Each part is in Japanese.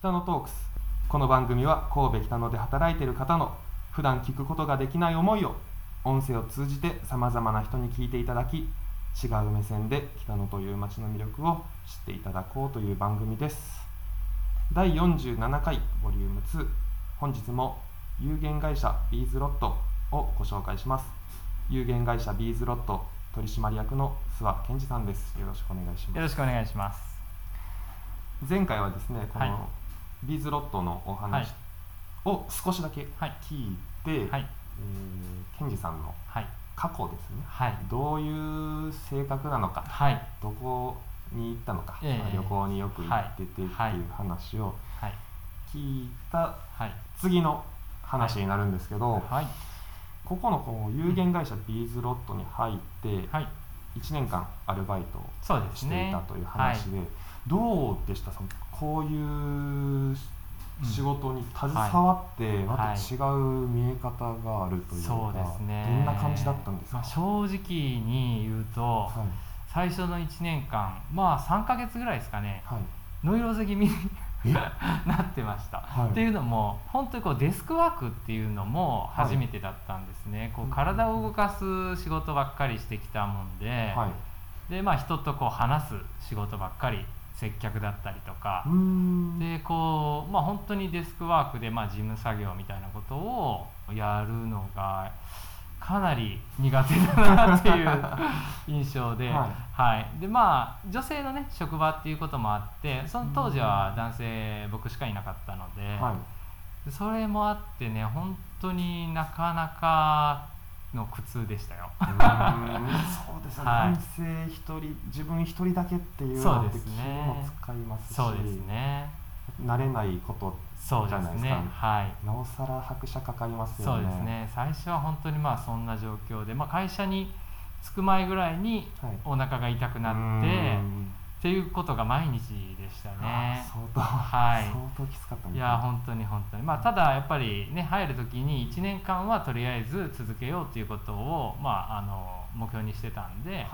北野トークス。この番組は神戸北野で働いている方の普段聞くことができない思いを音声を通じてさまざまな人に聞いていただき、違う目線で北野という街の魅力を知っていただこうという番組です。第47回ボリューム2、本日も有限会社ビーズロットをご紹介します。有限会社ビーズロット取締役の諏訪健二さんです。よろしくお願いします。 よろしくお願いします。 前回はですね、このビーズロットのお話を少しだけ聞いて、健二さんの過去ですね、どういう性格なのか、どこに行ったのか、旅行によく行っててっていう話を聞いた次の話になるんですけど、ここの有限会社ビーズロットに入って1年間アルバイトをしていたという話で、どうでした？こういう仕事に携わってまた違う見え方があるというか、どんな感じだったんですか？ 正直に言うと、最初の1年間、3ヶ月ぐらいですかね、ノイローゼ気味になってました。っていうのも本当にデスクワークっていうのも初めてだったんですね。体を動かす仕事ばっかりしてきたもんで、人と話す仕事ばっかり、接客だったりとかで、本当にデスクワークで事務作業みたいなことをやるのがかなり苦手だなっていう印象で、で女性のね職場っていうこともあって、その当時は男性僕しかいなかったので、それもあってね、本当になかなかの苦痛でしたよ。 そうですね、男性一人、自分一人だけっていうのって気も使いますし、慣れないことじゃないですか。なおさら拍車かかりますよね。 そうですね、最初は本当にそんな状況で、会社に着く前ぐらいにお腹が痛くなってっていうことが毎日でしたね。 相当きつかったんですね。 いや本当にただやっぱりね、入る時に1年間はとりあえず続けようということを目標にしてたんで、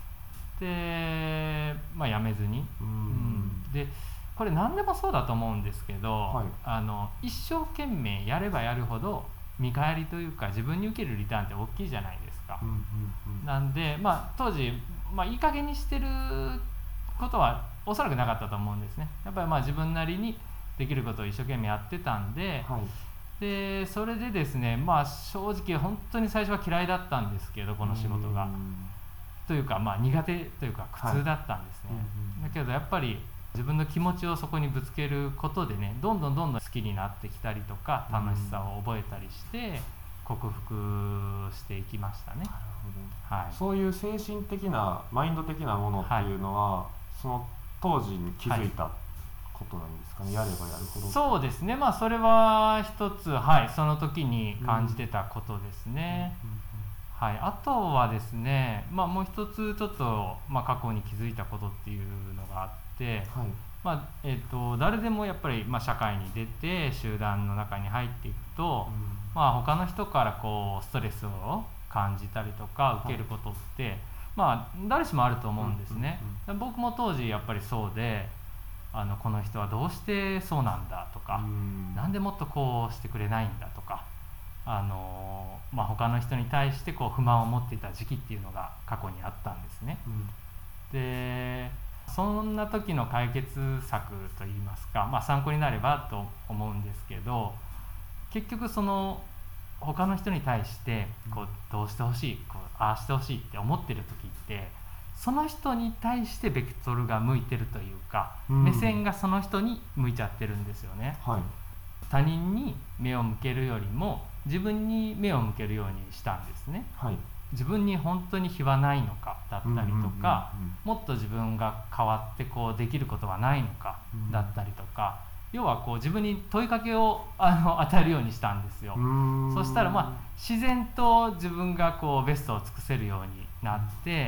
でやめずに、でこれ何でもそうだと思うんですけど、一生懸命やればやるほど見返りというか自分に受けるリターンって大きいじゃないですか。なんで当時いい加減にしてることはおそらくなかったと思うんですね。やっぱり自分なりにできることを一生懸命やってたんで、でそれでですね、正直本当に最初は嫌いだったんですけど、この仕事がというか苦手というか苦痛だったんですね。だけどやっぱり自分の気持ちをそこにぶつけることでね、どんどん好きになってきたりとか、楽しさを覚えたりして克服していきましたね。 そういう精神的なマインド的なものっていうのは、その当時に気づいたことなんですかね。やればやるほど。 そうですね、それは一つ、その時に感じてたことですね。あとはですね、もう一つちょっと、過去に気づいたことっていうのがあって、誰でもやっぱり、社会に出て集団の中に入っていくと、他の人からストレスを感じたりとか受けることって、誰しもあると思うんですね。僕も当時やっぱりそうで、この人はどうしてそうなんだとか、なんでもっとこうしてくれないんだとか、他の人に対して不満を持っていた時期っていうのが過去にあったんですね。でそんな時の解決策といいますか、参考になればと思うんですけど、結局その他の人に対してどうしてほしい、ああしてほしいって思ってる時って、その人に対してベクトルが向いてるというか、目線がその人に向いちゃってるんですよね。他人に目を向けるよりも自分に目を向けるようにしたんですね。自分に本当に非はないのかだったりとか、もっと自分が変わってできることはないのかだったりとか、要は自分に問いかけを与えるようにしたんですよ。そしたら自然と自分がベストを尽くせるようになって、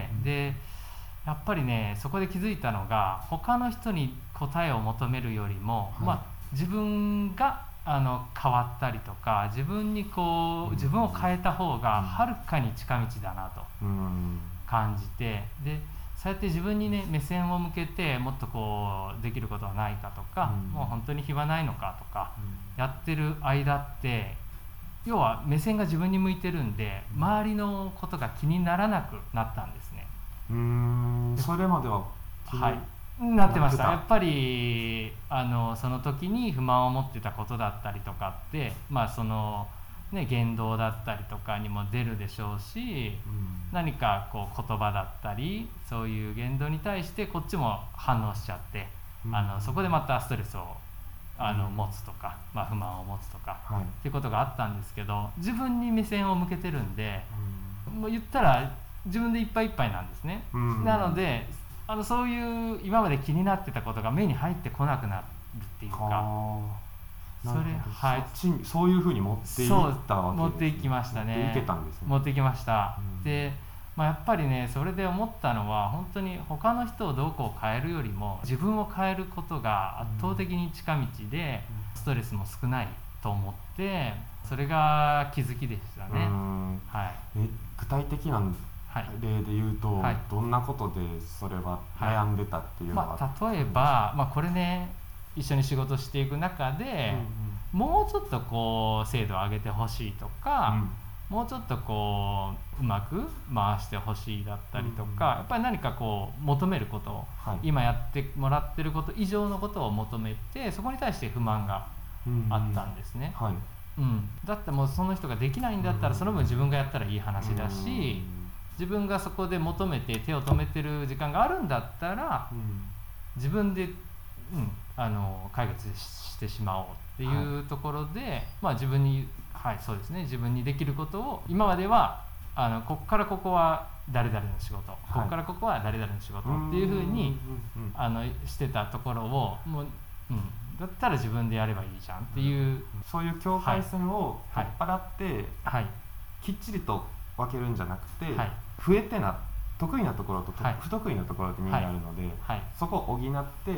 でやっぱりね、そこで気づいたのが、他の人に答えを求めるよりも、自分が変わったりとか、自分を変えた方がはるかに近道だなと感じて、でそうやって自分にね目線を向けてもっとこうできることはないかとか、もう本当に日はないのかとか、やってる間って要は目線が自分に向いてるんで周りのことが気にならなくなったんですね。 それまではなってました。やっぱりその時に不満を持ってたことだったりとかって、そのね、言動だったりとかにも出るでしょうし、何かこう言葉だったりそういう言動に対してこっちも反応しちゃって、そこでまたストレスを持つとか、不満を持つとか、っていうことがあったんですけど、自分に目線を向けてるんで、もう言ったら自分でいっぱいいっぱいなんですね。なのでそういう今まで気になってたことが目に入ってこなくなるっていうか、 そういうふうに持っていったわけですね。 持っていきましたね。持っていきました。で、やっぱりねそれで思ったのは本当に他の人をどうこう変えるよりも自分を変えることが圧倒的に近道で、ストレスも少ないと思って、それが気づきでしたね。 具体的な例で言うと、どんなことでそれは悩んでたっていうのは、 例えば、これね一緒に仕事していく中で、もうちょっとこう精度を上げてほしいとか、もうちょっとこううまく回してほしいだったりとか、やっぱり何かこう求めることを、今やってもらってること以上のことを求めて、そこに対して不満があったんですね。だってもうその人ができないんだったら、その分自分がやったらいい話だし、自分がそこで求めて手を止めてる時間があるんだったら、自分で、解決してしまおうっていうところで、自分にそうですね、自分にできることを今まではここからここは誰々の仕事、ここからここは誰々の仕事っていうふうにしてたところをもう、だったら自分でやればいいじゃんっていう、 そういう境界線を取っ払って、きっちりと分けるんじゃなくて、得意なところと不得意なところってみんなあるので、そこを補って、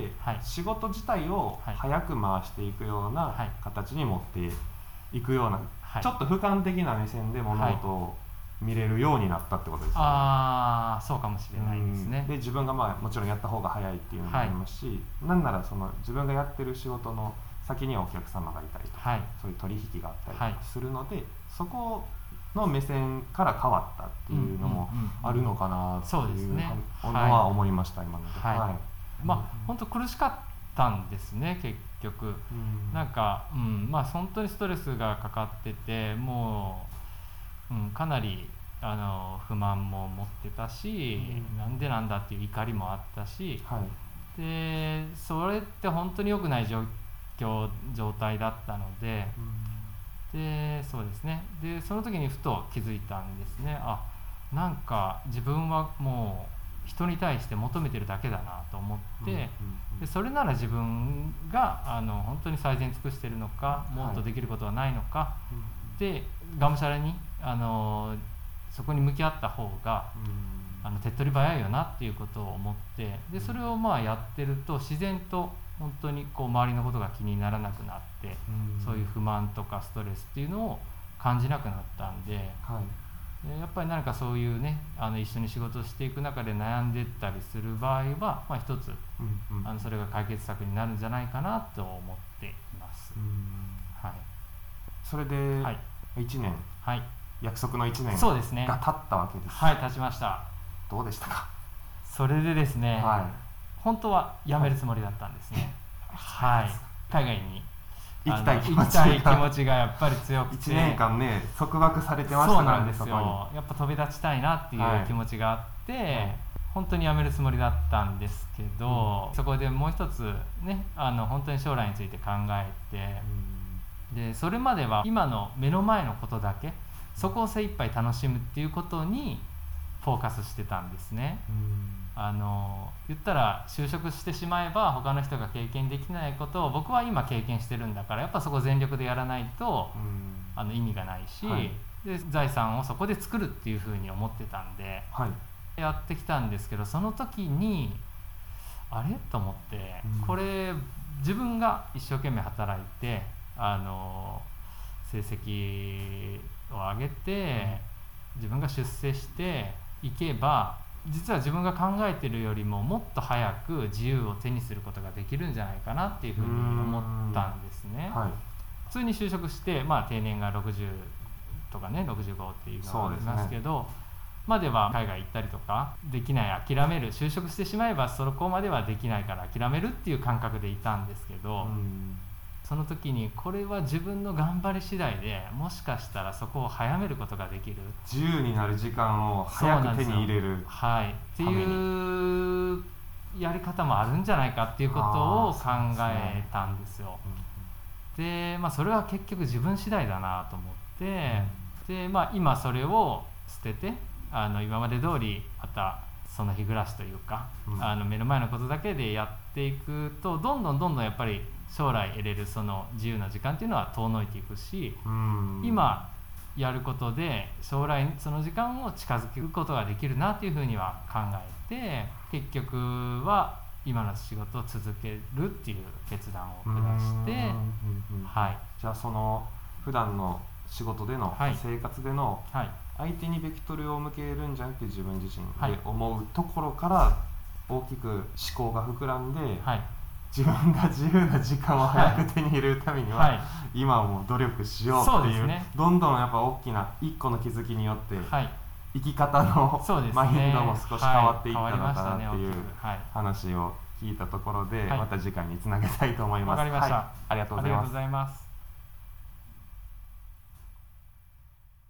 仕事自体を早く回していくような形に持っていくような、ちょっと俯瞰的な目線で物事を見れるようになったってことですよね。 そうかもしれないですね。 で自分がもちろんやった方が早いっていうのもありますし、なんならその自分がやってる仕事の先にはお客様がいたりとか、そういう取引があったりとかするので、そこの目線から変わったっていうのもあるのかなっていうのは思いました、今ので。 本当苦しかったんですね、結局。なんか、本当にストレスがかかってて、もう、かなり不満も持ってたし、なんでなんだっていう怒りもあったし、でそれって本当に良くない状態だったので、そうですね。でその時にふと気づいたんですね。なんか自分はもう人に対して求めてるだけだなと思って、でそれなら自分が本当に最善尽くしてるのか、もっとできることはないのか、でがむしゃらにそこに向き合った方が手っ取り早いよなっていうことを思って、でそれをやってると自然と本当にこう周りのことが気にならなくなって、そういう不満とかストレスっていうのを感じなくなったんで、やっぱり何かそういうね一緒に仕事をしていく中で悩んでったりする場合は、一つそれが解決策になるんじゃないかなと思っています。 それで1年、約束の1年そうですねが経ったわけです。 経ちました。 どうでしたか？ それでですね、本当は辞めるつもりだったんですね。海外に行きたい気持ちがやっぱり強くて、 1年間ね束縛されてましたからね。 そうなんですよ。やっぱ飛び立ちたいなっていう気持ちがあって、本当に辞めるつもりだったんですけど、そこでもう一つね本当に将来について考えて、でそれまでは今の目の前のことだけ、そこを精一杯楽しむっていうことにフォーカスしてたんですね。言ったら就職してしまえば他の人が経験できないことを僕は今経験してるんだから、やっぱそこ全力でやらないと意味がないし、で財産をそこで作るっていうふうに思ってたんで、やってきたんですけど、その時にあれと思って、これ自分が一生懸命働いて成績を上げて、自分が出世していけば実は自分が考えてるよりももっと早く自由を手にすることができるんじゃないかなっていうふうに思ったんですね。はい、普通に就職して、定年が60とかね65っていうのがありますけど、までは海外行ったりとかできない、諦める、就職してしまえばそこまではできないから諦めるっていう感覚でいたんですけど、その時にこれは自分の頑張り次第でもしかしたらそこを早めることができる、 自由になる時間を早く手に入れる、 っていうやり方もあるんじゃないかっていうことを考えたんですよ。で、それは結局自分次第だなと思って、で、今それを捨てて今まで通りまたその日暮らしというか、目の前のことだけでやっていくとどんどんやっぱり将来得れるその自由な時間っていうのは遠のいていくし、今やることで将来その時間を近づけることができるなっていうふうには考えて、結局は今の仕事を続けるっていう決断を下して、 じゃあその普段の仕事での、生活での、相手にベクトルを向けるんじゃなくて自分自身で思うところから大きく思考が膨らんで、自分が自由な時間を早く手に入れるためには、今も努力しようっていう、どんどんやっぱ大きな一個の気づきによって、生き方のマインドも少し変わっていったのかなっていう話を聞いたところで、また次回につなげたいと思います。 わかりました。 ありがとうございます。 ありがとうございます。